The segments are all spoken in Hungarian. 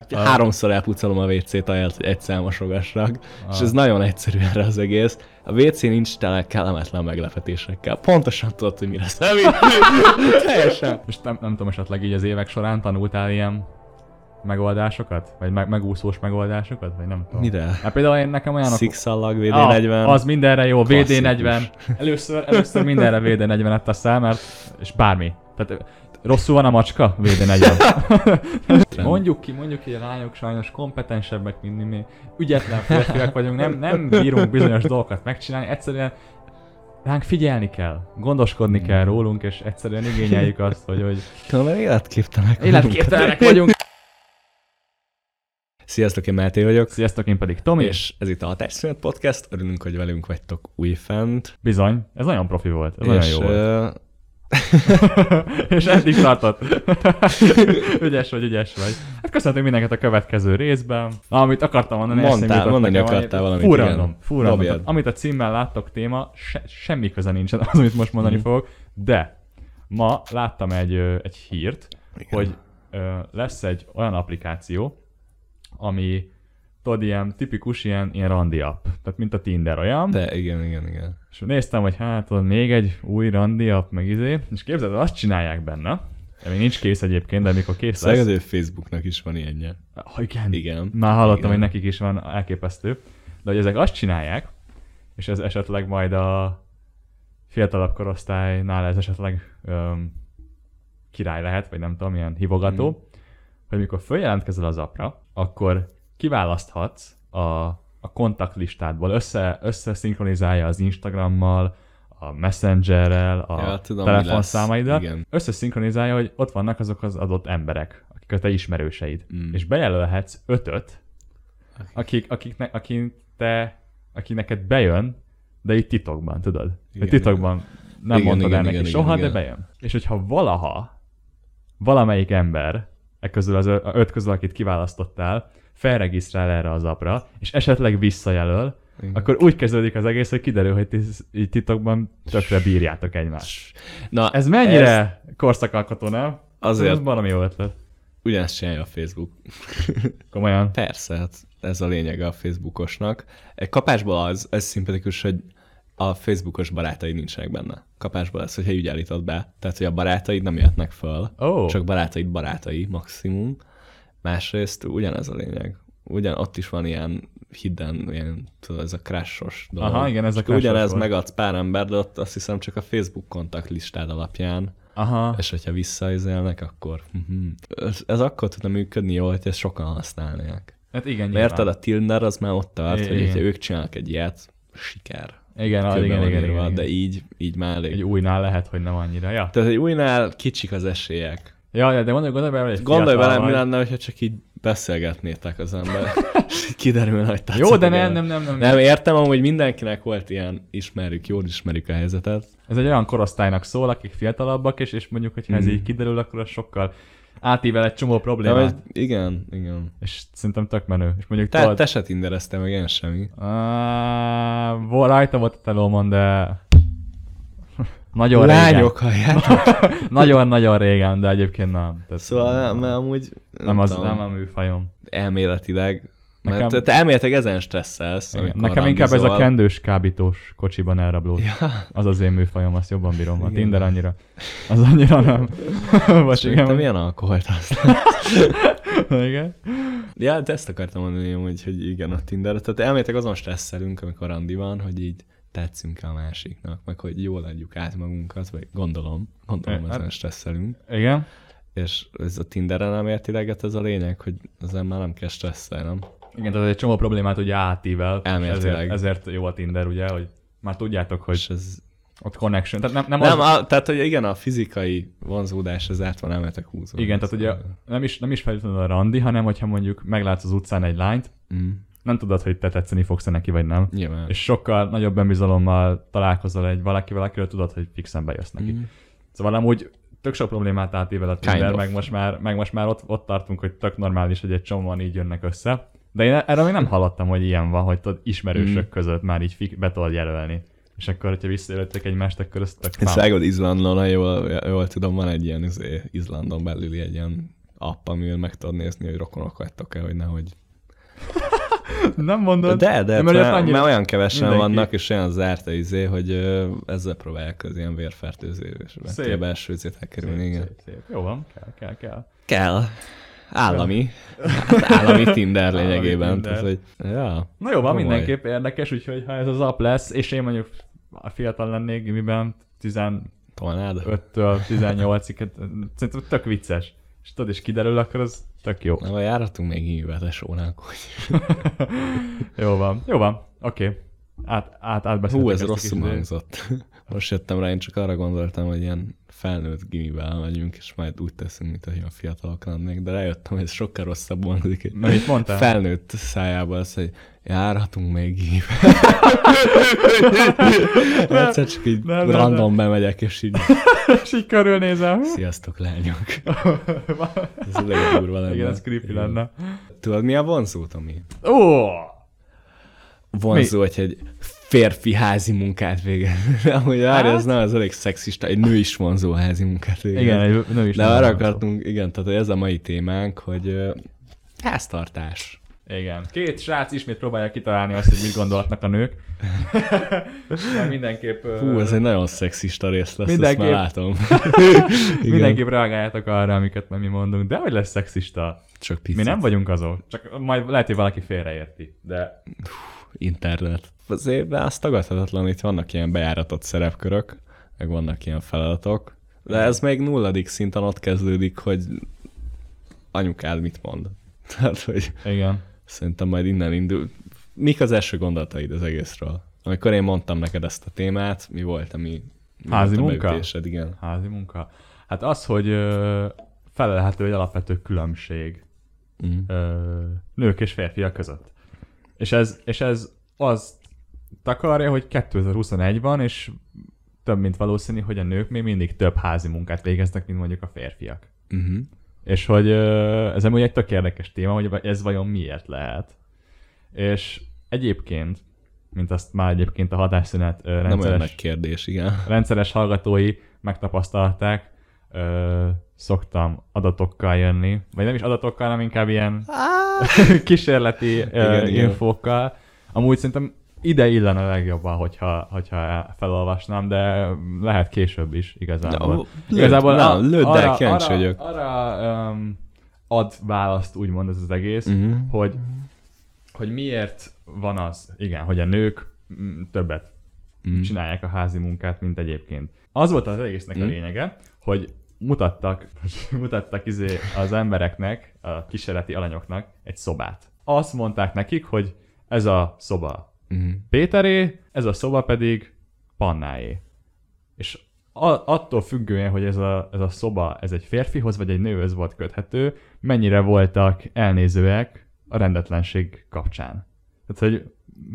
Háromszor elpucolom a WC-t ahelyett, hogy egyszer mosogassak, és ez nagyon egyszerű erre az egész. A WC nincs tele kellemetlen meglepetésekkel. Pontosan tudod, hogy mire számít. Teljesen. Most nem tudom, esetleg így az évek során tanultál ilyen megoldásokat? Vagy megúszós megoldásokat? Vagy nem tudom. Mire? Hát például nekem olyanok... Szikszallag, VD40. Az mindenre jó, Klasszikus. VD40. Először mindenre VD40-et teszel, mert... És bármi. Tehát rosszul van a macska? VD40. mondjuk ki, hogy a lányok sajnos kompetensebbek, mint mi. Ügyetlen férfiak vagyunk, nem bírunk bizonyos dolgokat megcsinálni. Egyszerűen ránk figyelni kell, gondoskodni kell rólunk, és egyszerűen igényeljük azt, hogy... Mert Életképtelenek vagyunk. Sziasztok, én Máté vagyok. Sziasztok, én pedig Tomi. És ez itt a Hatásszünet Podcast. Örülünk, hogy velünk vagytok újfent. Bizony, ez nagyon profi volt, ez nagyon jó volt. volt. És eddig tartott. ügyes vagy. Hát köszöntünk mindenket a következő részben. Amit akartam mondani, Mondani akartál valamit. Fú, random. Amit a címmel láttok téma, semmi köze nincsen az, amit most mondani fogok, de ma láttam egy hírt, hogy lesz egy olyan applikáció, ami tudod, ilyen tipikus ilyen randi app. Tehát mint a Tinder olyan. De igen. És néztem, hogy hát még egy új randi app, meg és képzeld, azt csinálják benne. De még nincs kész egyébként, de mikor kész lesz. Szegedő Facebooknak is van ilyenje. Igen. Már hallottam, hogy nekik is van, elképesztő. De hogy ezek azt csinálják, és ez esetleg majd a fiatalabb korosztálynál ez esetleg király lehet, vagy nem tudom, ilyen hívogató, hogy mikor följelentkezel az appra, akkor kiválaszthatsz a kontaktlistádból, összeszinkronizálja az Instagrammal, a Messengerrel, a telefonszámaiddal, összeszinkronizálja, hogy ott vannak azok az adott emberek, akik a te ismerőseid. És bejelölhetsz 5-öt, aki neked bejön, de itt titokban, tudod? Igen, titokban nem mondtad el neki soha, de bejön. És hogyha valaha valamelyik ember közül az 5 közül, akit kiválasztottál, felregisztrál erre az appra, és esetleg visszajelöl, akkor úgy kezdődik az egész, hogy kiderül, hogy ti titokban tökre bírjátok egymást. Na, ez mennyire korszakalkotó, nem? Azért. Ez valami jó ötlet. Ugyanezt csinálja a Facebook. Komolyan? Persze, hát ez a lényege a Facebookosnak. Egy kapásból ez szimpatikus, hogy a Facebookos barátaid nincsenek benne. Kapásból ez, hogyha így állítod be. Tehát, hogy a barátaid nem jöhetnek föl. Csak barátaid barátai maximum. Másrészt ugyanez a lényeg. Ott is van ilyen hidden, ilyen, tudod, ez a crush-os dolog. Aha, igen, ez a crush-os ugyanez megadsz pár ember, de ott azt hiszem csak a Facebook kontaktlistád alapján. Aha. És hogyha visszaüzelnek, akkor ez akkor tudna működni jól, hogy ezt sokan használnák. Hát igen, mert érted, a Tinder az már ott tart, hogy ha ők csinálnak egy ilyet, siker. Igen. De így már elég. Egy újnál lehet, hogy nem annyira. Ja. Tehát egy újnál kicsik az esélyek. Ja, de gondolj bele, hogy gondolj bele, mi lenne, hogyha csak így beszélgetnétek az ember. Kiderülne, hogy tetszett. Jó, de nem. Nem értem, hogy mindenkinek volt ilyen jól ismerjük a helyzetet. Ez egy olyan korosztálynak szól, akik fiatalabbak, és mondjuk, hogy ez így kiderül, akkor az sokkal átível egy csomó problémát. Igen. És szerintem tök menő. És mondjuk te se tindereztél meg, én semmi. Rajta volt a telómon, de... Nagyon lányok halljátok. Nagyon régen, de egyébként nem. Tehát szóval mert amúgy... Nem a műfajom. Elméletileg. Mert te elméletileg ezen stresszelsz. Nekem inkább ez a kendős, kábítós kocsiban elrablós. Ja. Az én műfajom, azt jobban bírom. A Tinder annyira. Az annyira nem. Te milyen alkoholt használsz? Igen. Ja, de ezt akartam mondani, hogy igen, a Tinder. Tehát elméletileg azon stresszelünk, amikor randi van, hogy így tetszünk a másiknak, meg hogy jól adjuk át magunkat, vagy gondolom ezen stresszelünk. Igen. És ez a Tinderen elméletileg ez a lényeg, hogy ezen már nem kell stresszelnem. Igen, tehát egy csomó problémát ugye átível. Elméletileg. Ezért jó a Tinder, ugye, hogy már tudjátok, hogy és ez... ott connection. Tehát tehát, hogy igen, a fizikai vonzódás az át van elméletileg húzva. Igen, tehát ugye nem is feltétlenül a randi, hanem hogyha mondjuk meglátsz az utcán egy lányt, nem tudod, hogy te tetszeni fogsz neki, vagy nem. Nyilván. És sokkal nagyobb önbizalommal találkozol valakivel, akiről tudod, hogy fixen bejössz neki. Szóval amúgy tök sok problémát átível a Tinder, meg most már ott tartunk, hogy tök normális, hogy egy csomóan így jönnek össze. De én erről még nem hallottam, hogy ilyen van, hogy tudod, ismerősök között már így be tudod jelölni. És akkor, hogyha visszajelöltek egymást, akkor ez tök fám. Szágod Izlandon, ha jól tudom, van egy ilyen Izlandon belüli egy ilyen app, amivel meg tudod nézni, hogy rokonok vagytok-e, hogy nehogy. Nem mondod? De mert olyan kevesen vannak, és olyan zárt hogy ezzel próbálják az ilyen vérfertőzésbe a belső vizét elkerülni. Szép. Jó van, kell. Kell. Állami. Állami Tinder lényegében. Tehát, hogy, ja, na jó, van, mindenképp érdekes, úgyhogy ha ez az app lesz, és én mondjuk fiatal lennék gimiben, 15-től 18-ig, szerintem tök vicces. És tudod, és kiderül, akkor az tök jó. Na, járhatunk még gimibe, tesónák, hogy... Jó van, oké. Átbeszéltük. Ez rosszul hangzott. Most jöttem rá, én csak arra gondoltam, hogy ilyen felnőtt gimivel megyünk, és majd úgy teszünk, mint hogy a fiatalok lennék, de rájöttem, hogy ez sokkal rosszabb hangzik. Mit mondtál? Felnőtt szájából az, hogy járhatunk még gimibe. Egyszer csak így random bemegyek, és így... és így körülnézem. Sziasztok, lányok. Ez elég durva lenne. Igen, ez creepy lenne. Tudod, mi a vonzó, Tomi? Vonzó, hogy egy férfi házi munkát végez. Amúgy ez nem, az elég szexista, egy nő is vonzó házi munkát végez. Igen, egy nő is. De arra akartunk, igen, tehát ez a mai témánk, hogy háztartás. Igen. Két srác ismét próbálja kitalálni azt, hogy mit gondolhatnak a nők. Mindenképp... ez egy nagyon szexista rész lesz, ezt már látom. Mindenképp reagáljátok arra, amiket mi mondunk. De hogy lesz szexista? Csak picit. Mi nem vagyunk azok. Csak majd lehet, hogy valaki félreérti. De... internet. Azért az tagadhatatlan, itt vannak ilyen bejáratott szerepkörök, meg vannak ilyen feladatok, de ez még 0. szinten ott kezdődik, hogy anyukád mit mond. Tehát, hogy igen. Szerintem majd innen indul. Mik az első gondolataid az egészről? Amikor én mondtam neked ezt a témát, mi volt, házi munka? Igen. Házi munka. Hát az, hogy felelhető egy alapvető különbség nők és férfiak között. És ez az takarja, hogy 2021 van, és több mint valószínű, hogy a nők még mindig több házi munkát végeznek, mint mondjuk a férfiak. És hogy ez amúgy egy tök érdekes téma, hogy ez vajon miért lehet. És egyébként, mint azt már egyébként a hatásszünet kérdés, igen. rendszeres hallgatói megtapasztalták, szoktam adatokkal jönni, vagy nem is adatokkal, hanem inkább ilyen kísérleti infókkal. Amúgy szerintem ide illene a legjobban, hogyha felolvasnám, de lehet később is igazából. Lőd el, kíváncsi vagyok. Arra ad választ, úgymond ez az egész, hogy miért van az, igen, hogy a nők többet csinálják a házi munkát, mint egyébként. Az volt az egésznek a lényege, hogy mutattak az embereknek, a kísérleti alanyoknak egy szobát. Azt mondták nekik, hogy ez a szoba Péteré, ez a szoba pedig Pannáé. És attól függően, hogy ez a szoba, ez egy férfihoz vagy egy nőhöz volt köthető, mennyire voltak elnézőek a rendetlenség kapcsán. Tehát, hogy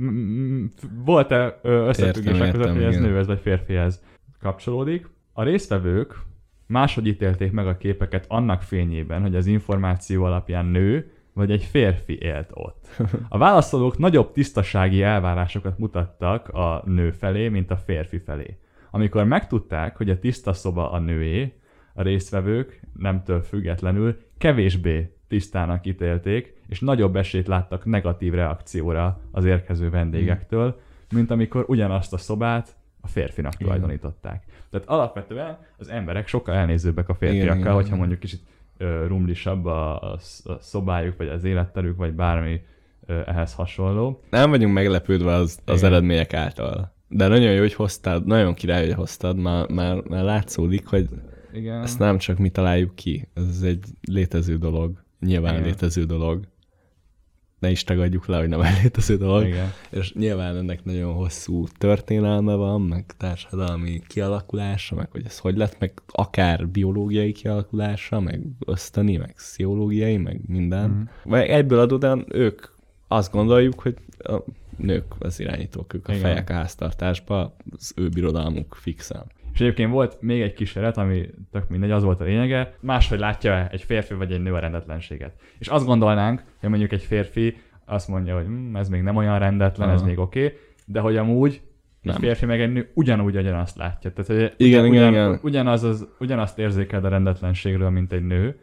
volt-e összefüggések között, hogy ez nőhöz vagy férfihez kapcsolódik. A résztvevők máshogy ítélték meg a képeket annak fényében, hogy az információ alapján nő vagy egy férfi élt ott. A válaszolók nagyobb tisztasági elvárásokat mutattak a nő felé, mint a férfi felé. Amikor megtudták, hogy a tiszta szoba a nőé, a résztvevők nemtől függetlenül kevésbé tisztának ítélték, és nagyobb esélyt láttak negatív reakcióra az érkező vendégektől, mint amikor ugyanazt a szobát a férfinak tulajdonították. Tehát alapvetően az emberek sokkal elnézőbbek a férfiakkal, hogyha mondjuk kicsit rumlisabb a szobájuk, vagy az életterük, vagy bármi ehhez hasonló. Nem vagyunk meglepődve az eredmények által. De nagyon jó, hogy hoztad, nagyon király, hogy hoztad, már látszódik, hogy ezt nem csak mi találjuk ki. Ez egy létező dolog. Nyilván létező dolog. Ne is tagadjuk le, hogy nem egy létező dolog. Igen. És nyilván ennek nagyon hosszú történelme van, meg társadalmi kialakulása, meg hogy ez hogy lett, meg akár biológiai kialakulása, meg ösztöni, meg pszichológiai, meg minden. Vagy egyből adódóan ők azt gondoljuk, hogy a nők az irányítók, ők a fejek a háztartásba, az ő birodalmuk fixen. És egyébként volt még egy kísérlet, ami tök mindegy, az volt a lényege, máshogy látja egy férfi vagy egy nő a rendetlenséget. És azt gondolnánk, hogy mondjuk egy férfi azt mondja, hogy ez még nem olyan rendetlen, ez még oké, de hogy amúgy egy férfi meg egy nő ugyanazt látja. Tehát, hogy igen. ugyanazt érzékel a rendetlenségről, mint egy nő,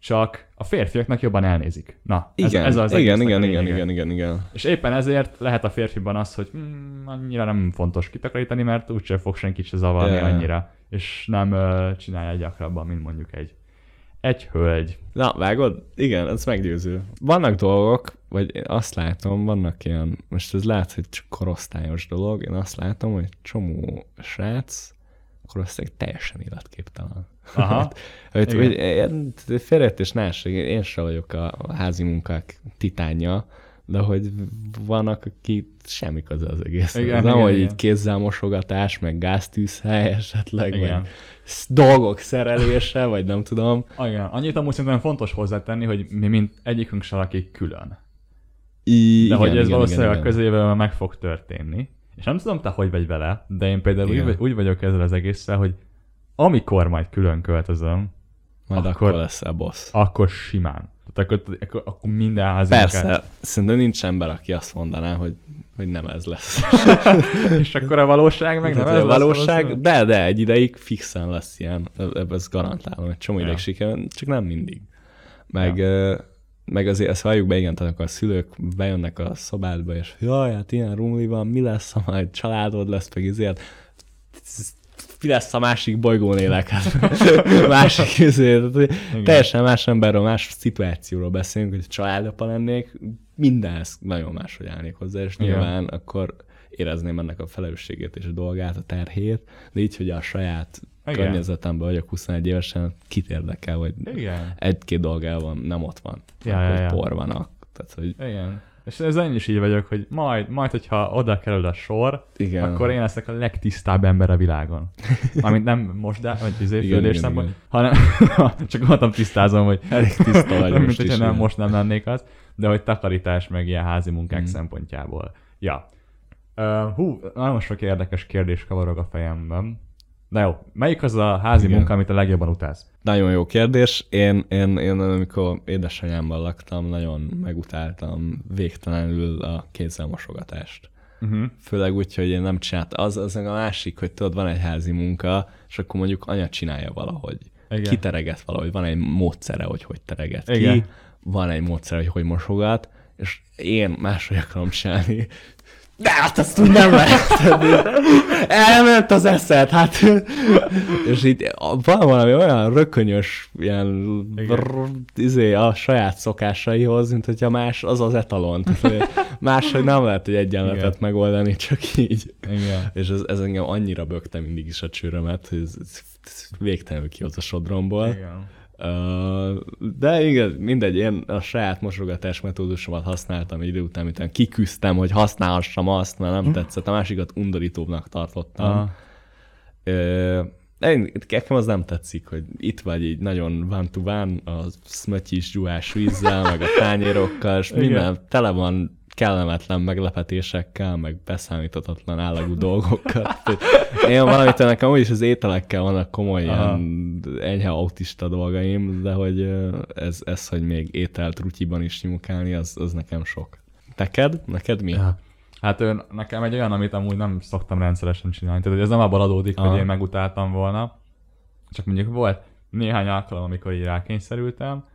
csak a férfiaknak jobban elnézik. Na, igen, ez az igen. És éppen ezért lehet a férfiban az, hogy annyira nem fontos kitakarítani, mert úgyse fog senkit se zavarni annyira, és nem csinálja gyakrabban, mint mondjuk egy hölgy. Na, vágod? Igen, ez meggyőző. Vannak dolgok, vagy én azt látom, vannak ilyen, most ez lehet, hogy csak korosztályos dolog, én azt látom, hogy csomó srác korosztály teljesen életképtelen. Aha. Félreértés ne, én sem vagyok a házi munkák titánja, de hogy vannak, akik semmi köze az egész. Nem, hogy így kézzelmosogatás, meg gáztűzhely esetleg, igen. vagy dolgok szerelése, vagy nem tudom. Igen. Annyit amúgy szerintem fontos hozzátenni, hogy mi mind egyikünk se lakik külön. De hogy ez valószínűleg a közével meg fog történni. És nem tudom, te hogy vagy vele, de én például úgy vagyok ezzel az egésszel, hogy amikor majd külön költözöm, majd akkor leszel boss. Akkor simán. Tehát akkor minden házi Persze, szerintem nincs ember, aki azt mondaná, hogy nem ez lesz. És akkor a valóság meg nem ez a valóság, de egy ideig fixen lesz ilyen. Ezt garantálom, egy csomó ideig sikerül, csak nem mindig. Meg azért ezt valljuk be, igen, tehát akkor a szülők bejönnek a szobádba, és jaj, hát ilyen rumli van, mi lesz, ha majd családod lesz, meg ezért mi lesz a másik bolygón élek, másik ezért. Teljesen más emberről, más szituációról beszélünk, hogy családapa lennék, mindenhez nagyon máshogy állnék hozzá, és nyilván akkor érezném ennek a felelősségét és a dolgát, a terhét, de így, hogy a saját környezetemben vagyok 21 évesen, kit érdekel, hogy egy-két dolgával nem ott van, hogy por vannak. Tehát, hogy... Igen. És én is így vagyok, hogy majd hogyha oda kerül a sor, akkor én leszek a legtisztább ember a világon. Mármint nem most, vagy földés szemben, hanem csak mondtam tisztázom, hogy elég tiszta vagy most is. Most nem lennék az, de hogy takarítás meg ilyen házi munkák szempontjából. Ja. Nagyon sok érdekes kérdés kavarog a fejemben. Na jó, melyik az a házi munka, amit a legjobban utálsz? Nagyon jó kérdés. Én amikor édesanyámmal laktam, nagyon megutáltam végtelenül a kézzelmosogatást. Főleg úgy, hogy én nem csináltam. Az a másik, hogy tudod, van egy házi munka, és akkor mondjuk anya csinálja valahogy. Kitereget valahogy. Van egy módszere, hogy tereget ki. Van egy módszere, hogy mosogat, és én máshogy akarom csinálni. De hát azt úgy nem lehet. Elment az eszed, hát. És itt van valami olyan rökönyös, ilyen a saját szokásaihoz, mint hogyha más az etalon. Máshogy nem lehet, hogy egyenletet megoldani, csak így. Igen. És ez engem annyira bökte mindig is a csőrömet, hogy ez végtelenül kihoz a sodromból. Igen. De igen, mindegy, én a saját mosogatás metódusomat használtam egy idő után, miután kiküzdtem, hogy használhassam azt, mert nem tetszett, a másikat undorítóbbnak tartottam. Nekem az nem tetszik, hogy itt vagy így nagyon van-to-van, a szmötyis zsuhás vízzel, meg a tányérokkal, és minden tele van kellemetlen meglepetésekkel, meg beszámíthatatlan állagú dolgokkal. Én valamit nekem úgyis az ételekkel vannak komoly ilyen enyhe autista dolgaim, de hogy ez hogy még ételt rutyiban is nyúkálni, az nekem sok. Neked mi? Ja. Hát nekem egy olyan, amit amúgy nem szoktam rendszeresen csinálni. Tehát ez nem abban adódik, hogy én megutáltam volna. Csak mondjuk volt néhány alkalom, amikor így rákényszerültem.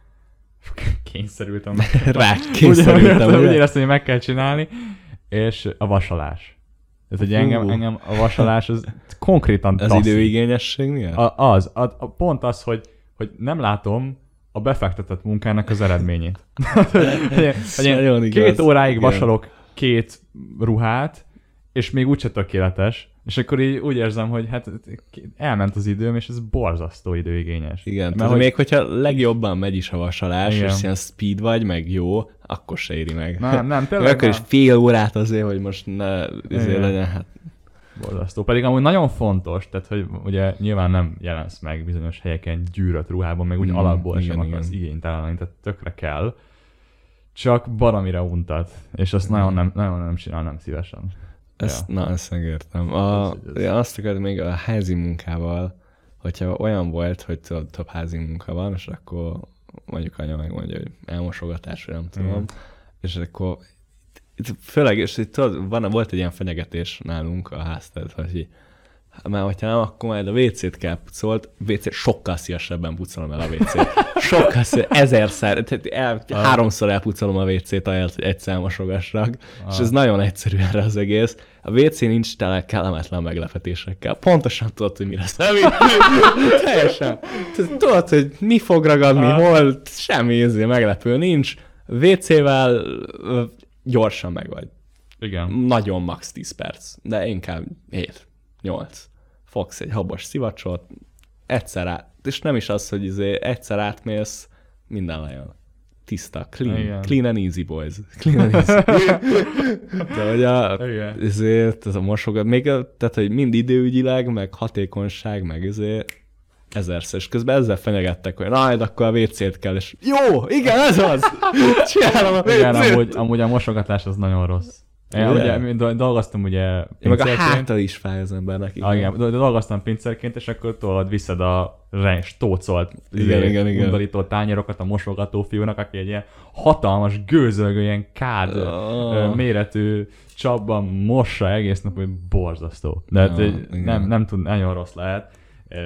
Rákényszerültem. Úgy éreztem, hogy meg kell csinálni. És a vasalás. Tehát, hogy engem a vasalás az konkrétan taszít. Az időigényesség miért? Pont az, hogy nem látom a befektetett munkának az eredményét. hogy 2 óráig vasalok 2 ruhát, és még úgyse tökéletes, és akkor így úgy érzem, hogy hát elment az időm, és ez borzasztó időigényes. Igen, mert még hogyha legjobban megy is a vasalás, és ilyen speed vagy, meg jó, akkor se éri meg. Nem, tényleg akkor is fél órát azért, hogy most ne legyen, hát... Borzasztó. Pedig amúgy nagyon fontos, tehát hogy ugye nyilván nem jelensz meg bizonyos helyeken gyűrött ruhában, meg úgy alapból sem akarsz igényteleníteni, tehát tökre kell. Csak baromira untat, és azt nagyon nem csinálnám szívesen. Ezt megértem. Azt akarod még a házi munkával, hogyha olyan volt, hogy több házi munka van, és akkor mondjuk anya megmondja, hogy elmosogatás, vagy nem tudom, és akkor főleg, és itt tudod, volt egy ilyen fenyegetés nálunk a házterület, hogy Mert hogyha nem, akkor majd a WC-t kell pucolt. WC-t sokkal szívesebben pucolom el a WC-t. Sokkal ezerszer, háromszor elpucolom a WC-t, ahelyett, hogy egyszer mosogassak. És ez nagyon egyszerű erre az egész. A WC nincs tele kellemetlen meglepetésekkel. Pontosan tudod, hogy mire számít. Teljesen. Tudod, hogy mi fog ragadni, hol, semmi meglepő nincs. WC-vel gyorsan meg vagy. Igen. Nagyon max 10 perc, de inkább 8. Fogsz egy habos szivacsot, egyszer át, és nem is az, hogy egyszer átmész, minden lejön. Tiszta, clean and easy, boys. Clean and easy. De hogy ezért ez a mosogat, még tehát, hogy mind időügyileg, meg hatékonyság, meg ezerszer, és közben ezzel fenyegettek, hogy majd akkor a WC-t kell, és jó, igen, ez az! Csinálom a WC-t! Igen, amúgy a mosogatás az nagyon rossz. Én ugye dolgoztam ugye pincerként. Meg a háta is fáj az embernek. Igen, dolgoztam pincerként, és akkor tolod visszed a stócolt undorító tányérokat a mosogató fiúnak, aki egy ilyen hatalmas, gőzölgő, ilyen kád méretű csapban mossa egész nap, hogy borzasztó. De nem tud, nagyon rossz lehet.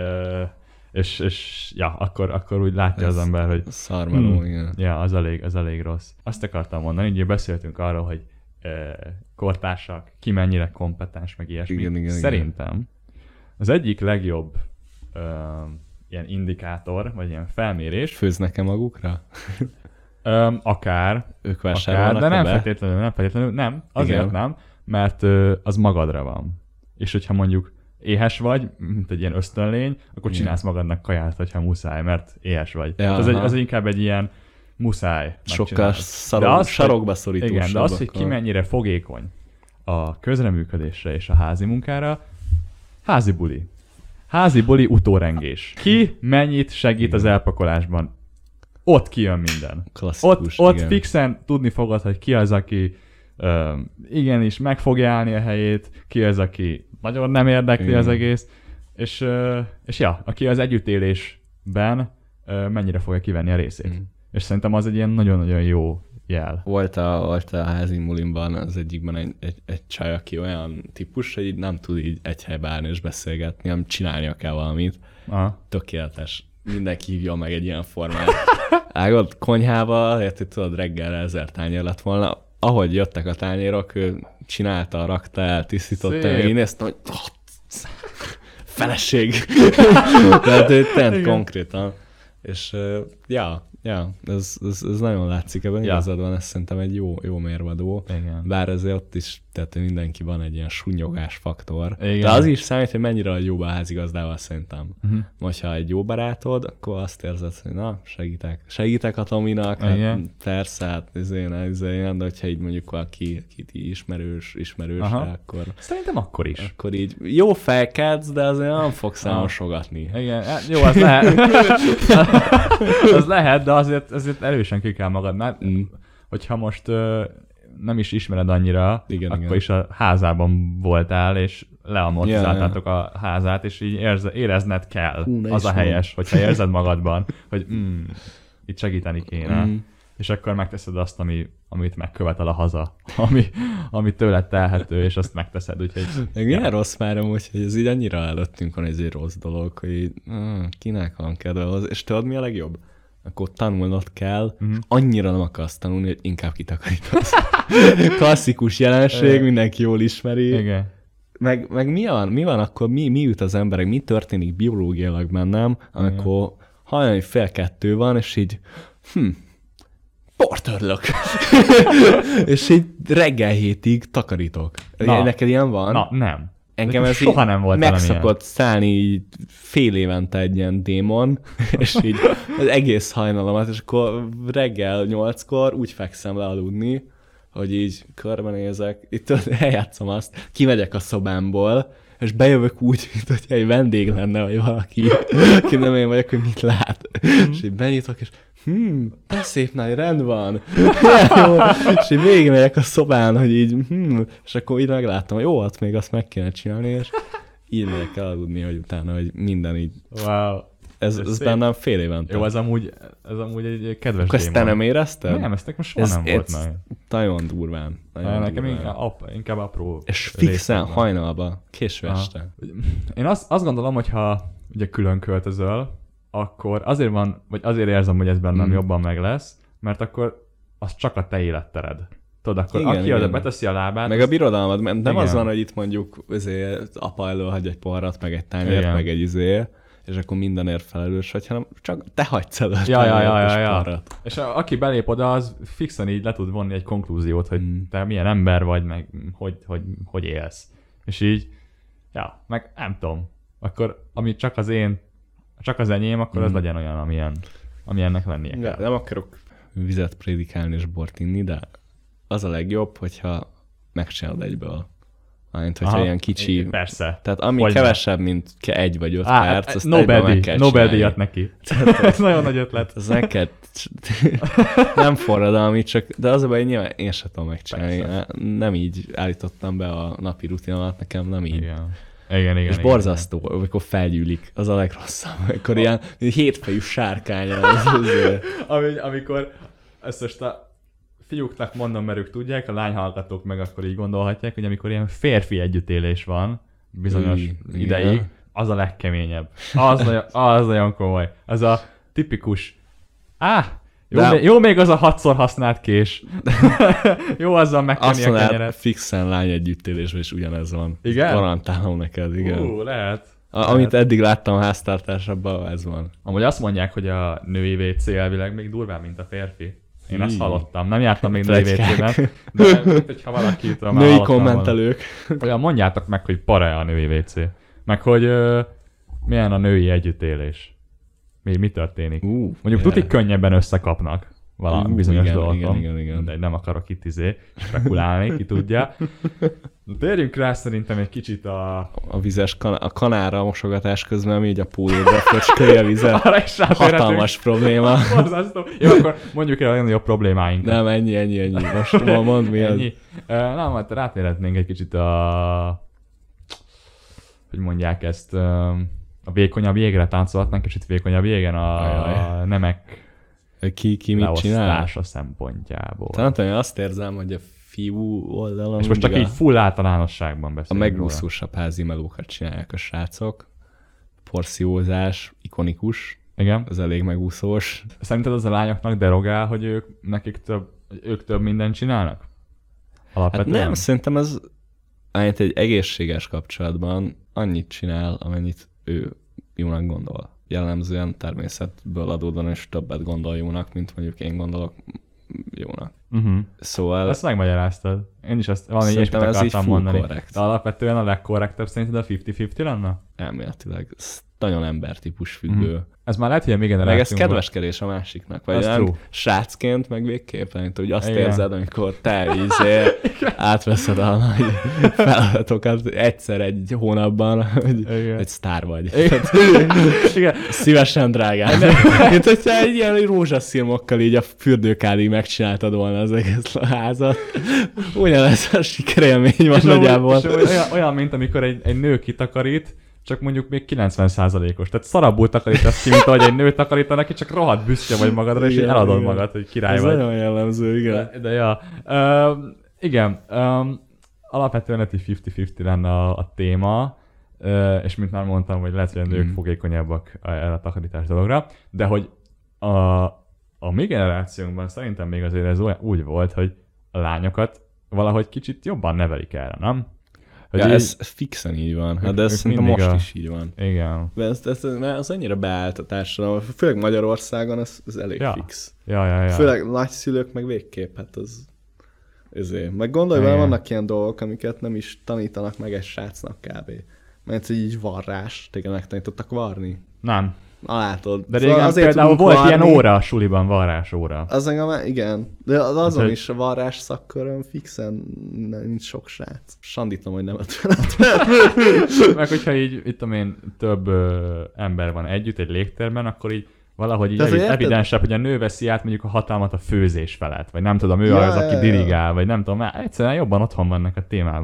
És ja, akkor úgy látja az ember, hogy szarmeló, igen. Ja, az elég rossz. Azt akartam mondani, ugye beszéltünk arról, hogy kortársak, ki mennyire kompetens, meg ilyesmi. Igen, szerintem az egyik legjobb ilyen indikátor, vagy ilyen felmérés. Főznek-e magukra? Akár. Ők vásárolnak de nem feltétlenül, nem. Azért igen. Nem, mert az magadra van. És hogyha mondjuk éhes vagy, mint egy ilyen ösztönlény, akkor csinálsz magadnak kaját, hogyha muszáj, mert éhes vagy. Ja, az inkább egy ilyen muszáj. Sokkal sarokba szorítósabb. Igen, de az, hogy ki mennyire fogékony a közreműködésre és a házi munkára, házi buli. Házi buli utórengés. Ki mennyit segít az elpakolásban? Ott kijön minden. Klasszikus, ott fixen tudni fogod, hogy ki az, aki igenis meg fogja állni a helyét, ki az, aki nagyon nem érdekli az egész, és ja, aki az együttélésben mennyire fogja kivenni a részét. És szerintem az egy ilyen nagyon-nagyon jó jel. Volt a házi mulimban az egyikben egy csaj, aki olyan típus, hogy így nem tud így egy helybe állni és beszélgetni, hanem csinálnia kell valamit. Aha. Tökéletes. Mindenki hívja meg egy ilyen formát. Ágod konyhába, hogy tudod, reggelre 1000 tányér lett volna. Ahogy jöttek a tányérok, ő csinálta, rakta el, tisztította, én ezt hogy feleség. Tehát ő konkrétan. És ez nagyon látszik ebben, igazad van, ez szerintem egy jó mérvadó. Igen. Bár azért ott is, tehát mindenki van egy ilyen sunnyogás faktor. Igen. De az is számít, hogy mennyire vagy jóba a házigazdával szerintem. Ha egy jó barátod, akkor azt érzed, hogy na, segítek a Tominak, hát persze, hát de hogyha így mondjuk valaki ismerős, akkor... Szerintem akkor is. Akkor így jó fejkedsz, de azért nem fogsz elmosogatni. Igen, jó, az lehet. Az lehet, de azért erősen ki kell magad. Mert hogyha most nem is ismered annyira, akkor is a házában voltál, és leamortizáltátok a házát, és így érezned kell. Az a helyes, hogyha érzed magadban, hogy itt segíteni kéne. És akkor megteszed azt, amit megkövetel a haza, ami tőled telhető, és azt megteszed, úgyhogy... Milyen rossz már amúgy, hogy ez így annyira előttünk van, ez egy rossz dolog, hogy így, kinek van kedve hozzá, és tudod mi a legjobb? Akkor tanulnod kell, annyira nem akarsz tanulni, hogy inkább kitakarítasz. Klasszikus jelenség, mindenki jól ismeri. Igen. Meg mi van akkor, mi jut az emberek, mi történik biológiailag bennem, amikor hajnali 1:30 van, és így portörlök. És így reggel 7-ig takarítok. Neked ilyen van? Na, nem. Engem ez soha nem volt megszokott szállni fél évente egy ilyen démon, és így az egész hajnalomat, és akkor reggel 8-kor úgy fekszem le aludni, hogy így körbenézek, itt eljátszom azt, kimegyek a szobámból, és bejövök úgy, mint hogyha egy vendég lenne, vagy valaki, aki nem én vagyok, hogy mit lát. És így benyitok, és de szép nagy, rend van. És így végigmegyek a szobán, hogy így, és akkor így megláttam, hogy jó, hát még azt meg kéne csinálni, és így megyek el aludni, hogy utána, hogy minden így. Wow. Ez bennem fél évente. Jó, ez amúgy egy kedves démon. Ezt te nem érezted? Nem, ezt nekem soha nem volt meg. nagyon durván. Nekem inkább apró. És fixen hajnalba, késő este. Én azt gondolom, hogy ha ugye külön költözöl, akkor azért van, vagy azért érzem, hogy ez bennem jobban meg lesz, mert akkor az csak a te élettered. Tudod, akkor igen, aki oda beteszi a lábát... Meg a birodalmad, mert nem az van, hogy itt mondjuk apa előhagy egy poharat, meg egy tányért, meg egy és akkor mindenért felelős vagy, hanem csak te hagysz elő a poharat. És aki belép oda, az fixen így le tud vonni egy konklúziót, hogy te milyen ember vagy, meg hogy élsz. És így, meg nem tudom, akkor ami csak az enyém, akkor az legyen olyan, ami ennek lennie kell. Nem akarok vizet prédikálni és bort inni, de az a legjobb, hogyha megcsinálod egyből. Mint hogyha ilyen kicsi... Persze. Tehát ami kevesebb, mint 1 vagy 5 perc, azt egyből meg kell csinálni. Nobel-díjat neki. Ez nagyon nagy ötlet. Ez neked nem forradalmi, de az a baj, nyilván én sem tudom megcsinálni. Persze. Nem így állítottam be a napi rutinomat, nekem nem így. Igen. És borzasztó, amikor felgyűlik, az a legrosszabb. Amikor ilyen hétfejű sárkány. Amikor ezt most a fiúknak mondom, mert ők tudják, a lányhallgatók meg akkor így gondolhatják, hogy amikor ilyen férfi együttélés van bizonyos ideig, az a legkeményebb. Az nagyon komoly. Az a tipikus, jó még az a 6-szor használt kés. Jó azzal megtenni a kenyeret. Fixen lány együttélésben is ugyanez van. Igen? Garantálom neked, igen. Lehet. Amit eddig láttam a háztartásabban, ez van. Amúgy azt mondják, hogy a női WC elvileg még durvább, mint a férfi. Én ezt hallottam. Nem jártam még női WC-ben, de hogyha valaki tudom, női kommentelők. Olyan mondjátok meg, hogy para a női WC. Meg hogy milyen a női együttélés. Mi történik. Mondjuk tudik könnyebben összekapnak valami bizonyos dolgokon. Igen. De nem akarok itt spekulálni, ki tudja. Térjünk rá szerintem egy kicsit a vizes a kanára a mosogatás közben, így a pólódra fröcskölj a vizet. Hatalmas probléma. Jó, akkor mondjuk el a legnagyobb problémáink. Nem, ennyi. Most mondd mi az. Nem, hát rátérhetnénk egy kicsit hogy mondják ezt, a vékonyabb jégre táncolhatnánk kicsit vékonyabb jégen a nemek ki mit csinál? Leosztása szempontjából. Tehát én azt érzem, hogy a fiú oldalon... És most csak így full általánosságban beszélünk. A megúszósabb házi melókat csinálják a srácok. Porciózás, ikonikus. Igen. Ez elég megúszós. Szerinted az a lányoknak derogál, hogy ők több mindent csinálnak? Alapvetően? Hát nem, szerintem ez egy egészséges kapcsolatban annyit csinál, amennyit ő jónak gondol. Jellemzően természetből adódóan is többet gondol jónak, mint mondjuk én gondolok jónak. Szóval... Ezt megmagyaráztad. Én is ezt valami ilyesmit akartam mondani. Korrekt. De alapvetően a legkorrektebb szerinted a 50-50 lenne? Elméletileg. Ez nagyon embertípus függő. Ez már lehet, hogy a mi generációnkban... Meg ez kedveskedés a másiknak. Vagy nem, srácként meg végképpen, hogy azt érzed, amikor te átveszed a nagy feladatokat egyszer egy hónapban, hogy egy sztár vagy. Igen. Szívesen, drágám. Mint hogyha egy ilyen rózsaszilmokkal így a fürdőkálig megcsináltad volna az egész házat. Ugyanez a sikerélmény van nagyjából. Olyan, mint amikor egy nő kitakarít, csak mondjuk még 90%-os. Tehát szarabbul takarítasz ki, mint ahogy egy nő takarítanak, aki csak rohadt büszke vagy magadra, és így eladod magad, hogy király vagy. Ez nagyon jellemző, igen. De ja. Igen. Alapvetően lehet, hogy 50-50 lenne a téma, és mint már mondtam, hogy lehet, hogy a nők fogékonyabbak erre a takarítás dologra, de hogy a mi generációnkban szerintem még azért ez úgy volt, hogy a lányokat valahogy kicsit jobban nevelik erre, nem? Ez fixen így van, de ez szerintem most is így van. Igen. De ez annyira beállt a társadalom, főleg Magyarországon ez elég fix. Ja. Főleg nagyszülők meg végképp, hát az ezért. Meg gondolj vele, vannak ilyen dolgok, amiket nem is tanítanak meg egy srácnak kb. Mert így varrás, téged megtanítottak varni? Nem. Látod. De régen azért például volt varni, ilyen óra a suliban, varrás óra. Az engem, igen. De azon is a varrás szakkörön fixen nincs sok srác. Sandítom, hogy nem meg hogyha így, itt én, több ember van együtt egy légtérben, akkor így valahogy így evidensebb, hogy a nő veszi át mondjuk a hatalmat a főzés felett, vagy nem tudom, ő az, aki dirigál, vagy nem tudom, egyszerűen jobban otthon vannak a témában.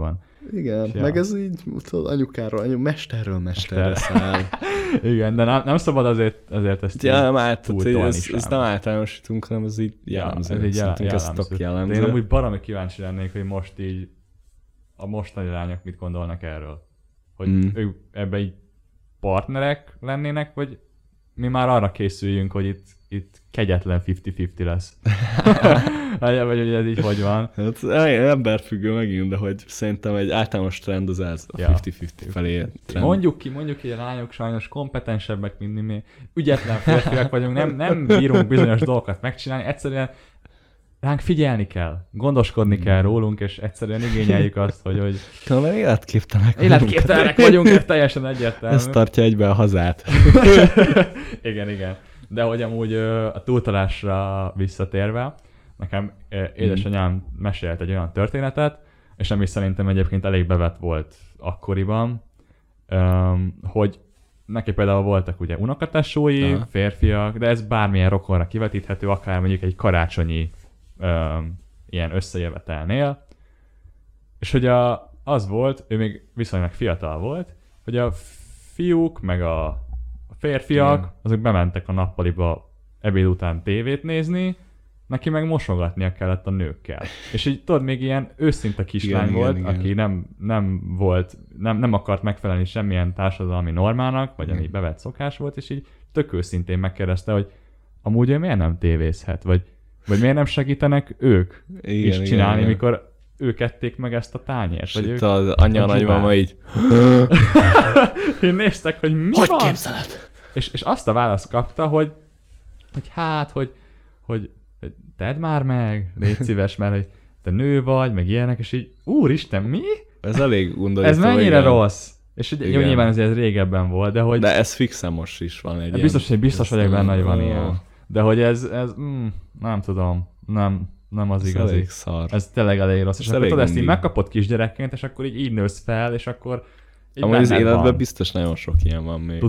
Igen, meg ez így anyukáról, mesterre száll. Igen, de nem szabad azért ezt ez nem általánosítunk, hanem ez így jellemző. Ez így jellemző. De én amúgy baromi kíváncsi lennék, hogy most így a mostani lányok mit gondolnak erről. Hogy ők ebben így partnerek lennének, vagy mi már arra készüljünk, hogy itt kegyetlen 50-50 lesz. Vagy hogy ez így hogy van. Hát emberfüggő megint, de hogy szerintem egy általános trend az ez, a 50-50 felé trend. Mondjuk ki, a lányok sajnos kompetensebbek, mint mi. Ügyetlen férfiak vagyunk, nem bírunk bizonyos dolgokat megcsinálni, egyszerűen ránk figyelni kell, gondoskodni kell rólunk, és egyszerűen igényeljük azt, hogy... Talán életképtelenek vagyunk, ez teljesen egyértelmű. Ez tartja egybe a hazát. Igen. De hogy amúgy a túltalásra visszatérve, nekem édesanyám mesélt egy olyan történetet, és ami szerintem egyébként elég bevett volt akkoriban, hogy neki például voltak ugye unokatesói, férfiak, de ez bármilyen rokonra kivetíthető, akár mondjuk egy karácsonyi ilyen összejövetelnél, és hogy az volt, ő még viszonylag fiatal volt, hogy a fiúk meg a férfiak, azok bementek a nappaliba ebéd után tévét nézni, neki meg mosogatnia kellett a nőkkel. És így tudod, még ilyen őszinte kislány volt, aki nem akart megfelelni semmilyen társadalmi normának, vagy ami bevett szokás volt, és így tök őszintén megkérdezte, hogy amúgy ő miért nem tévézhet, vagy miért nem segítenek ők is csinálni, mikor ők ették meg ezt a tányért. Vagy itt az anyja nagymama így... Én néztek, hogy mi hogy van? Képzeled? És azt a választ kapta, hogy tedd már meg, légy szíves, mert hogy te nő vagy, meg ilyenek, és így, úristen, mi? Ez elég undorító. Ez mennyire rossz? És jó, nyilván ez régebben volt, de hogy... De ez fixen most is van egy biztos vagyok benne, hogy van ilyen. De hogy ez nem tudom, nem az igazi. Elég szar. Ez tényleg elég rossz. És akkor ezt így megkapod kisgyerekként, és akkor így nősz fel, és akkor amúgy az életben biztos nagyon sok ilyen van még.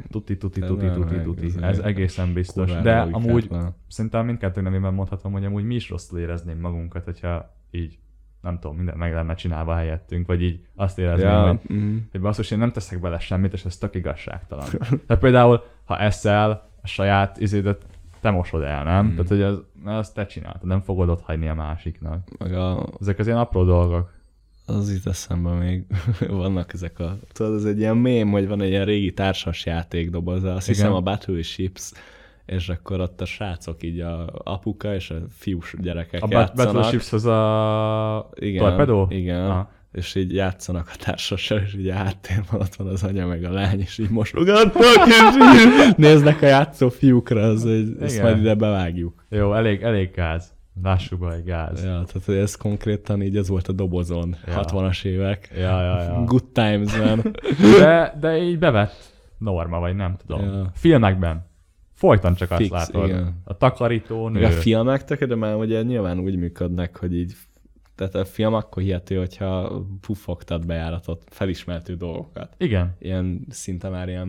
Tuti. Ez egészen biztos. De amúgy szerintem mindkettő nevében mondhatom, hogy amúgy mi is rosszul érezném magunkat, hogyha így nem tudom, mindent meg lenne csinálva helyettünk, vagy így azt érezném, hogy basszus, én nem teszek bele semmit, és ez tök igazságtalan. Tehát például, ha eszel a saját izédet, te mosod el, nem? Tehát, hogy azt te csináltad, nem fogod ott hagyni a másiknak. Ezek az ilyen apró dolgok. Az itt eszembe még vannak ezek tudod, ez egy ilyen mém, hogy van egy ilyen régi társas játékdoboza, azt hiszem a Battleships, és akkor ott a srácok így a apuka és a fiús gyerekek játszanak. A Battleships az a torpedó? Igen. És így játszanak a társassal, és így a háttérben ott van az anya meg a lány, és így mosogatnak, és így néznek a játszó fiúkra, ezt majd ide bevágjuk. Jó, elég gáz. Lássuk be, egy gáz. Ja, tehát ez konkrétan így ez volt a dobozon, 60-as évek. Ja. Good times, man. De így bevett norma, vagy nem tudom. Ja. Filmekben folyton csak azt látod. Igen. A takarító nő. A filmek de már ugye nyilván úgy működnek, hogy így tehát a film akkor hihető, hogyha puffogtat bejáratot, felismertő dolgokat. Igen. Ilyen szinte már ilyen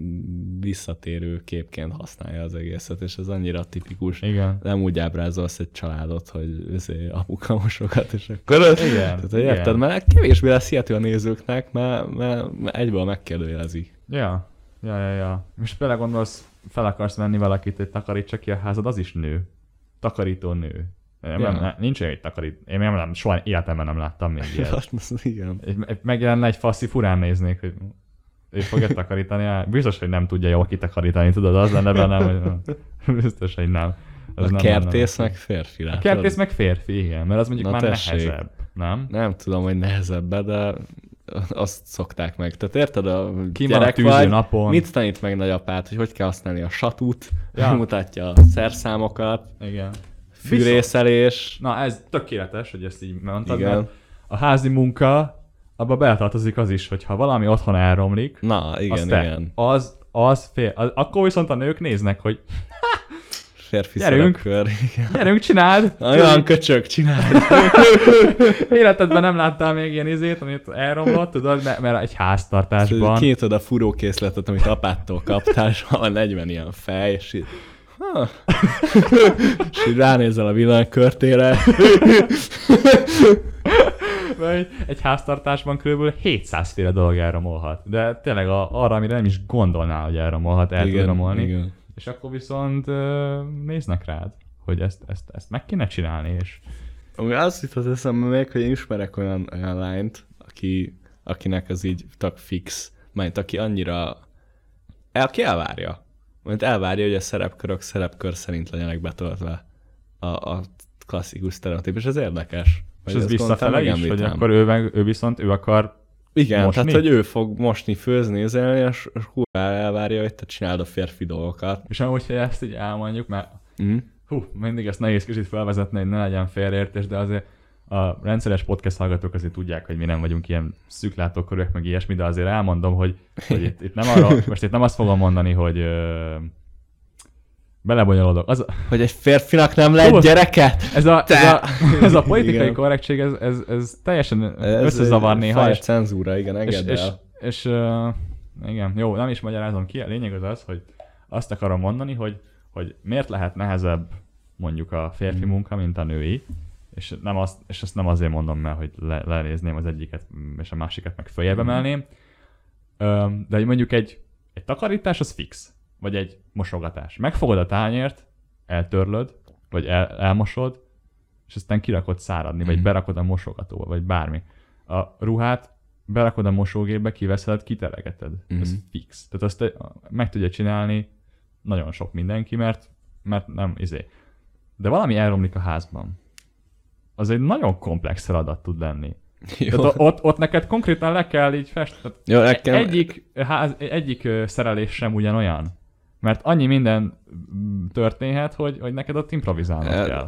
visszatérő képként használja az egészet, és ez annyira tipikus. Igen. Nem úgy ábrázolsz egy családot, hogy apuka mosogat, és akkor... Igen. Tehát érted, mert kevésbé lesz hihető a nézőknek, mert egyből megkérdőjelezik. Ja. Most például gondolsz, fel akarsz venni valakit, hogy takarítsa ki a házad, az is nő. Takarító nő. Nincs egy takarít. Én soha életemben nem láttam még ilyet. Igen. Megjelenne egy faszi, furán néznék, hogy ő fogja takarítani. Biztos, hogy nem tudja jól kitakarítani, tudod, az lenne benne, hogy biztos, hogy nem. A kertész meg férfi, látod? A kertész meg férfi, igen, mert az mondjuk már nehezebb, nem? Nem tudom, hogy nehezebb, de azt szokták meg. Tehát érted, a gyerek vagy, napon. Mit tanít meg nagyapát, hogy kell használni a satút, mutatja a szerszámokat. Igen. Fűrészelés. Na ez tökéletes, hogy ezt így mondtad, mert a házi munka, abba beletartozik az is, hogyha valami otthon elromlik, igen. Akkor viszont a nők néznek, hogy férfi szerepkör. Gyerünk, csináld! Olyan köcsög, csináld! Életedben nem láttál még ilyen izét, amit elromlott, tudod, mert egy háztartásban... Kinyitod a fúrókészletet, amit apától kaptál, és van 40 ilyen fej, és így... és így ránézel a villanykörtére. Mert egy háztartásban kb. 700 féle dolog elromolhat. De tényleg arra, amire nem is gondolnál, hogy elromolhat, tud romolni. Igen. És akkor viszont néznek rád, hogy ezt meg kéne csinálni. És... Ami azt jutott eszembe még, hogy én ismerek olyan lányt, akinek az így tök fix, mert aki annyira... Aki elvárja. Mert elvárja, hogy a szerepkör szerint legyenek betöltve a klasszikus sztereotíp, és ez érdekes. És ez visszafele is, hogy akkor ő viszont akar igen, mosni? Tehát, hogy ő fog mosni, főzni, nézelni, és húrá elvárja, hogy te csináld a férfi dolgokat. És amúgy, hogy ezt így elmondjuk, mert mindig ezt nehéz kicsit felvezetni, hogy ne legyen félreértés, de azért a rendszeres podcast hallgatók azért tudják, hogy mi nem vagyunk ilyen szűklátókörűek, meg ilyesmi, de azért elmondom, hogy itt nem arra, most itt nem azt fogom mondani, hogy belebonyolódok. Hogy egy férfinak nem lehet gyereke? Ez a politikai korrektség, ez teljesen összezavar néha. Ez cenzúra, igen, engedd el. És igen, jó, nem is magyarázom ki, a lényeg az, hogy azt akarom mondani, hogy miért lehet nehezebb mondjuk a férfi munka, mint a női, és ezt nem azért mondom, mert hogy lenézném az egyiket, és a másikat meg följebb emelném, de mondjuk egy takarítás az fix, vagy egy mosogatás. Megfogod a tányért, eltörlöd, vagy elmosod, és aztán kirakod száradni, vagy berakod a mosogatóba, vagy bármi. A ruhát berakod a mosógépbe, kiveszed, kiteregeted. Ez fix. Tehát azt meg tudja csinálni nagyon sok mindenki, mert nem De valami elromlik a házban. Az egy nagyon komplex feladat tud lenni. Ott neked konkrétan le kell így festeni. Egyik szerelés sem ugyanolyan. Mert annyi minden történhet, hogy neked ott improvizálnod kell.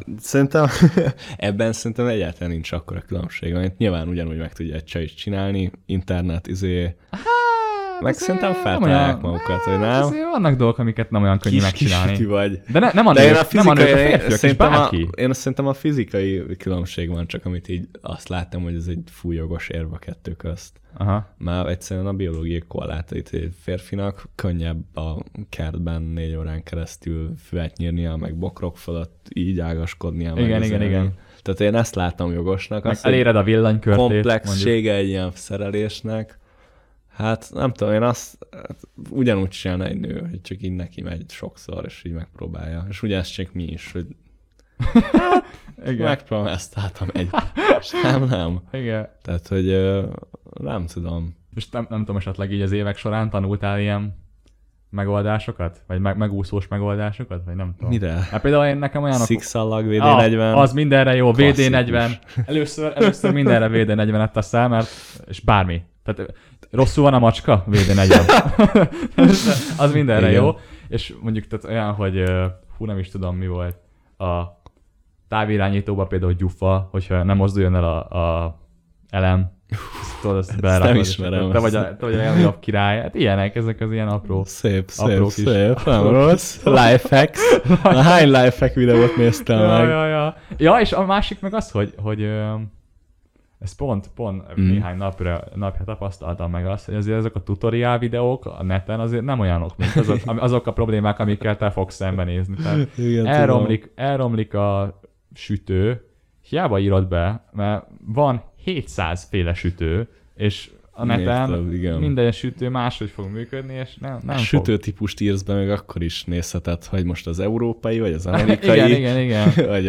Ebben szerintem egyáltalán nincs akkora különbség. Amit nyilván ugyanúgy meg tudja egy csaj is csinálni, internet, meg szerintem feltalálják magukat, hogy nem? Azért vannak dolgok, amiket nem olyan könnyű megcsinálni. Kis vagy. De nem a nők, a férfiak is, bárki. Én szerintem a fizikai különbség van, csak amit így azt láttam, hogy ez egy fújogos érv a kettő közt. Aha. Már egyszerűen a biológiai korlátait egy férfinak könnyebb a kertben 4 órán keresztül füvet nyírnia, meg bokrok fölött így ágaskodnia. Igen. Tehát én ezt láttam jogosnak. Meg eléred a villanykörtét. Komplexsége egy ilyen szerelésnek. Hát nem tudom, én azt ugyanúgy csinálna egy nő, hogy csak így neki megy sokszor, és így megpróbálja. És ugyanezt csak mi is, hogy megpróbáltam egy, és nem. Igen. Tehát, hogy nem tudom. És nem tudom, esetleg így az évek során tanultál ilyen megoldásokat? Vagy megúszós megoldásokat? Vagy nem tudom. Mire? Hát például nekem olyanok... Szikszallag, VD40. Az mindenre jó, VD40. Először mindenre VD40-et teszel, mert... És bármi. Tehát rosszul van a macska? VD40. Az mindenre jó. És mondjuk tehát olyan, hogy nem is tudom mi volt. A távirányítóban például gyufa, hogyha nem mozduljon el a elem, tudod, ezt berakod. Nem ismerem. Te vagy a legjobb király. Hát ilyenek, ezek az ilyen apró. Szép. Nem rossz. Lifehacks. Hány lifehack videót néztem meg? Ja, és a másik meg az, hogy ezt pont néhány napja tapasztaltam meg azt, hogy azért ezek a tutoriál videók a neten azért nem olyanok, mint azok a problémák, amikkel te fogsz szembenézni. Tehát igen, elromlik a sütő, hiába írod be, mert van 700 féle sütő, és a neten minden sütő máshogy fog működni, és nem sütőtípust írsz be, még akkor is nézheted, hogy most az európai, vagy az amerikai. Igen. Vagy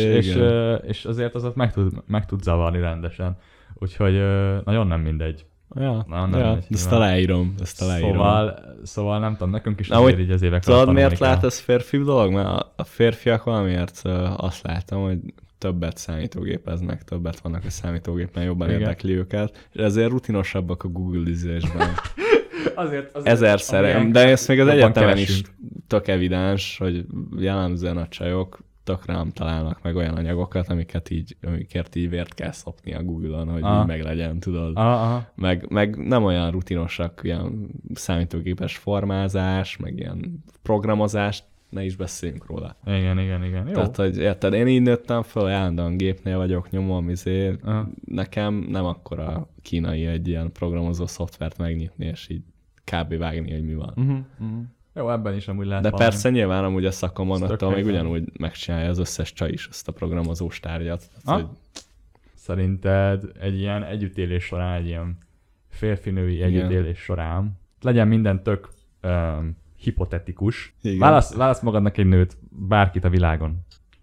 és azért az ott meg tud zavarni rendesen. Úgyhogy nagyon nem mindegy. Ezt aláírom. Szóval nem tudom, nekünk is azért így az évek alatt tudod, miért lát ez férfi dolog? Mert a férfiak valamiért azt látom, hogy többet számítógépeznek, többet vannak a számítógépen, jobban érdekli őket, és ezért rutinosabbak a Google-izésben. azért ezerszer, de ezt még az egyetemen is tök evidens, hogy jellemzően a csajok tökre nem találnak meg olyan anyagokat, amikért így vért kell szopni a Google-on, hogy így meglegyen, tudod. Meg nem olyan rutinosak, ilyen számítógépes formázás, meg ilyen programozás, ne is beszéljünk róla. Igen. Jó. Tehát, hogy érted, én így nőttem föl, állandóan gépnél vagyok, nyomom, nekem nem akkora kínai egy ilyen programozó szoftvert megnyitni, és így kb. Vágni, hogy mi van. Jó, ebben is amúgy lehet de valami. Persze nyilván amúgy a szakomon attól még ugyanúgy megcsinálja az összes csaj is ezt a programozós tárgyat. Tehát, hogy szerinted egy ilyen együttélés során, egy ilyen férfi-női együttélés során legyen minden tök hipotetikus. Válasz magadnak egy nőt, bárkit a világon.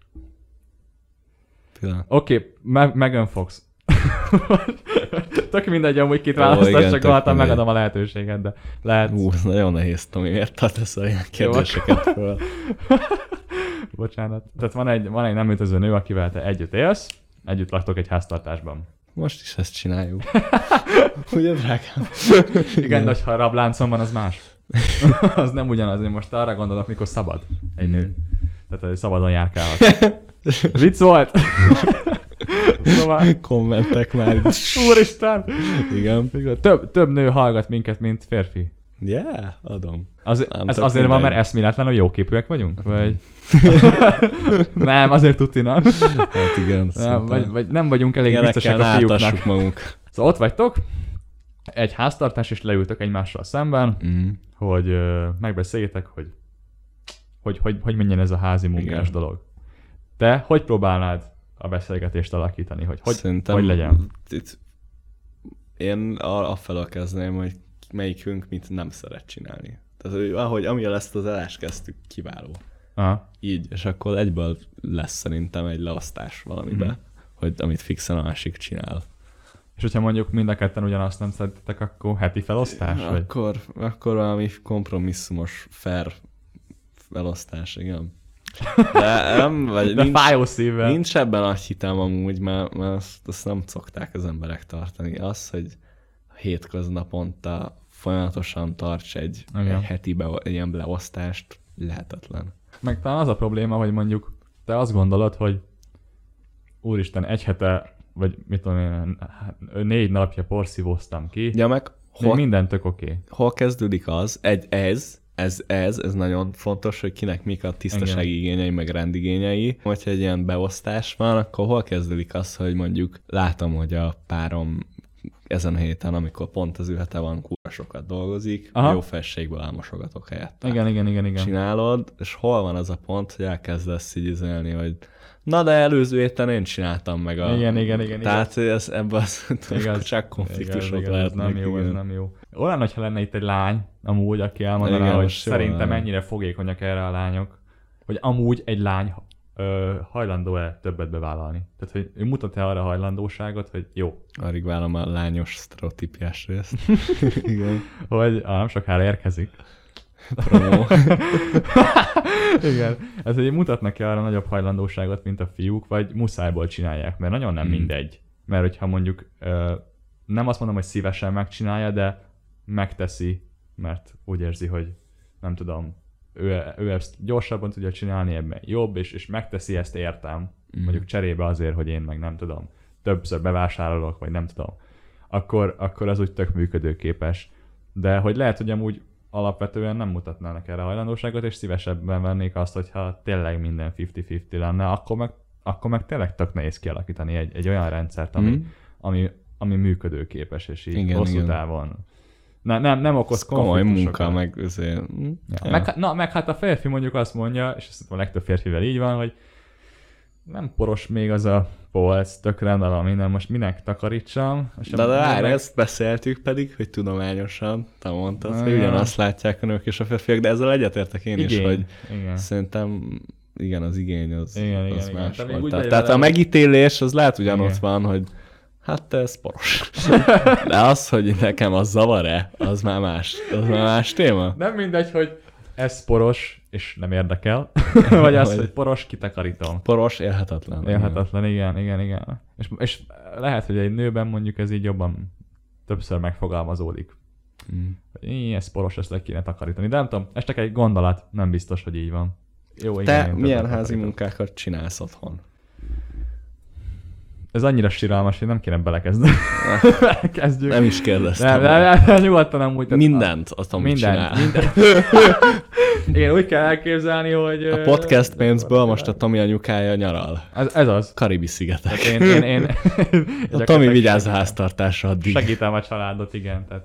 Oké, Megan Fox. Tök mindegy, amúgy kit választasz, csak haltan megadom a lehetőséget, de lehet... nagyon nehéz, Tomi, miért teszel ilyen kérdéseket föl? Bocsánat. Tehát van egy nem ütöző nő, akivel te együtt élsz, együtt laktok egy háztartásban. Most is ezt csináljuk. Ugye, drágám? Igen, de ha rabláncon van, az más. Az nem ugyanaz, én most arra gondolok, mikor szabad egy nő. Tehát, hogy szabadon járkálhat. Vicc volt! Szóval... Kommentek már. Úristen! Igen. Több nő hallgat minket, mint férfi. Yeah, adom. Ez azért van, mert eszméletlenül jóképűek vagyunk? Vagy... Nem, azért tuti, nem? Hát igen. Vagy nem vagyunk elég biztosak a fiúknak. Magunk. Szóval ott vagytok, egy háztartás, és leültök egymással szemben, hogy megbeszéljétek, hogy menjen ez a házi munkás dolog. Te hogy próbálnád a beszélgetést alakítani, hogy legyen? Én afelől kezdném, hogy melyikünk mit nem szeret csinálni. Tehát, ahogy amilyen ezt az adást kezdtük, kiváló. Aha. Így, és akkor egyből lesz szerintem egy leosztás valamibe, hogy amit fixen a másik csinál. És hogyha mondjuk mind a ketten ugyanazt nem szeretitek, akkor heti felosztás? Akkor valami kompromisszumos, fair felosztás, igen. De nem, vagy fájó szívvel. Nincs ebben nagy hitem amúgy, mert azt nem szokták az emberek tartani. Az, hogy hétköznaponta folyamatosan tarts egy heti ilyen leosztást, lehetetlen. Meg talán az a probléma, hogy mondjuk te azt gondolod, hogy úristen, egy hete, vagy mit tudom én, 4 napja porszívóztam ki, ja, meg minden tök oké. Hol kezdődik az? Ez nagyon fontos, hogy kinek mik a tisztasági igényei, meg rendigényei. Hogyha egy ilyen beosztás van, akkor hol kezdődik az, hogy mondjuk látom, hogy a párom ezen a héten, amikor pont az hete van, kurva sokat dolgozik, jó felségből elmosogatok helyette. Igen. Csinálod, és hol van az a pont, hogy elkezdesz így üzelni, hogy na de előző héten én csináltam meg a... Igen. Tehát ebben csak konfliktusok lehetnek. Ez nem jó. Olyan, hogyha lenne itt egy lány, amúgy, aki elmondaná, hogy szerintem mennyire fogékonyak erre a lányok, hogy amúgy egy lány hajlandó-e többet bevállalni. Tehát, hogy ő mutat-e arra hajlandóságot, hogy jó. Alig vállom a lányos sztereotípiás részt. Igen. Hogy nem sokára érkezik. Promó. Igen. Ez hogy mutatnak-e arra nagyobb hajlandóságot, mint a fiúk, vagy muszájból csinálják, mert nagyon nem mindegy. Mert hogyha mondjuk nem azt mondom, hogy szívesen megcsinálja, de megteszi, mert úgy érzi, hogy nem tudom, ő ezt gyorsabban tudja csinálni, ebben jobb, és megteszi, ezt értem. Mondjuk cserébe azért, hogy én meg nem tudom, többször bevásárolok, vagy nem tudom. Akkor az úgy tök működőképes. De hogy lehet, hogy amúgy alapvetően nem mutatnának erre hajlandóságot, és szívesebben vennék azt, hogyha tényleg minden 50-50 lenne, akkor meg tényleg tök nehéz kialakítani egy olyan rendszert, ami működőképes, és így hosszú távon. Nem okoz konfliktusokat. Komoly munka, meg azért... Meg hát a férfi mondjuk azt mondja, és azt a legtöbb férfivel így van, hogy nem poros még az a polc, tök rendben van minden, most minek takarítsam. De ezt beszéltük pedig, hogy tudományosan, te mondtad, hogy ugyanazt látják a nők és a férfiak, de ezzel egyetértek én is, hogy szerintem igen, az igény az más volt. Tehát a megítélés az lehet ugyanott van, hogy hát te ez poros. De az, hogy nekem az zavar-e, az már más téma. Nem mindegy, hogy ez poros, és nem érdekel. Vagy az, hogy poros, kitakarítom. Poros, élhetetlen. Élhetetlen, igen. És lehet, hogy egy nőben mondjuk ez így jobban többször megfogalmazódik. Hogy ez poros, ezt le kéne takarítani. De nem tudom, ez csak egy gondolat, nem biztos, hogy így van. Jó, igen, te milyen házi munkákat csinálsz otthon? Ez annyira siralmas, hogy nem kéne belekezdeni. Kezdjük. Nem is kérdeztem. Nem, nyugodtan nem úgy. Mindent azt csinál. Én úgy kell elképzelni, hogy... A podcast pénzből most a Tomi anyukája nyaral. Ez az. Karibi-szigetek. A Tomi vigyáz a háztartásra addig. Segítem a családot, igen. Tehát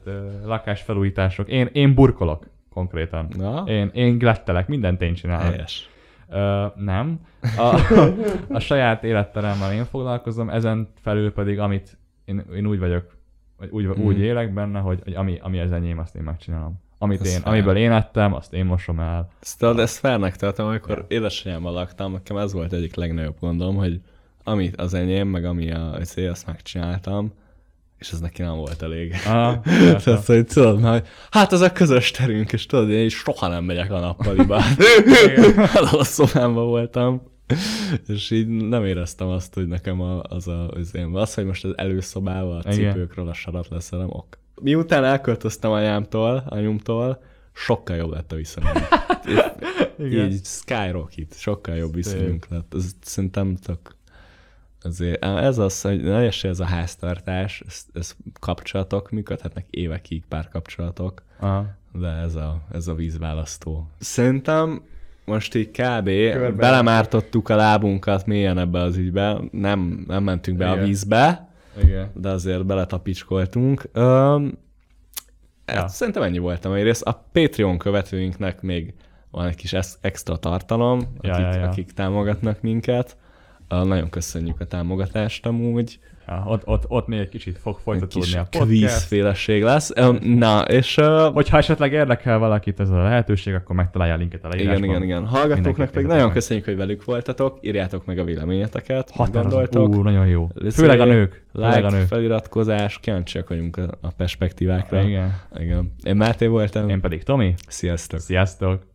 lakásfelújítások. Én burkolok konkrétan. Én glettelek, mindent én csinálok. Helyes. Nem. A saját életteremmel én foglalkozom, ezen felül pedig, amit én úgy vagyok, úgy élek benne, hogy ami az enyém, azt én megcsinálom. Amiből én ettem, azt én mosom el. Ezt fairnek tartom, amikor édesanyámmal laktam, nekem ez volt egyik legnagyobb gondom, hogy amit az enyém, meg ami a cél, azt megcsináltam, és ez neki nem volt elég. Tehát, hogy tudod, hogy hát ez a közös terünk, és tudod, én soha nem megyek a nappaliba. A szobámban voltam, és így nem éreztem azt, hogy nekem az, hogy most az előszobával a cipőkről a sarat leszerem, ok. Miután elköltöztem anyumtól, sokkal jobb lett a viszonyunk. Így skyrocket, sokkal jobb viszonyunk lett. Ez szerintem tök... Azért ez az, hogy nehézség ez a háztartás, ez kapcsolatok működhetnek évekig párkapcsolatok, de ez a vízválasztó. Szerintem most így kb. Belemártottuk a lábunkat mélyen ebbe az ügybe, nem mentünk be a vízbe, de azért beletapicskoltunk. Szerintem ennyi volt a mai rész. A Patreon követőinknek még van egy kis extra tartalom, akik támogatnak minket. Nagyon köszönjük a támogatást amúgy. Ja, ott még egy kicsit fog folytatódni a podcast. Kvízféleség lesz. Na, és... Hogyha esetleg érdekel valakit ez a lehetőség, akkor megtalálja a linket a leírásban. Igen. Hallgatóknak pedig nagyon köszönjük, hogy velük voltatok. Írjátok meg a véleményeteket. Gondoltok. Nagyon jó. Főleg a nők. Feliratkozás. Kíváncsiak vagyunk a perspektívákra. Igen. Én Máté voltam. Én pedig Tomi. Sziasztok. Sziasztok.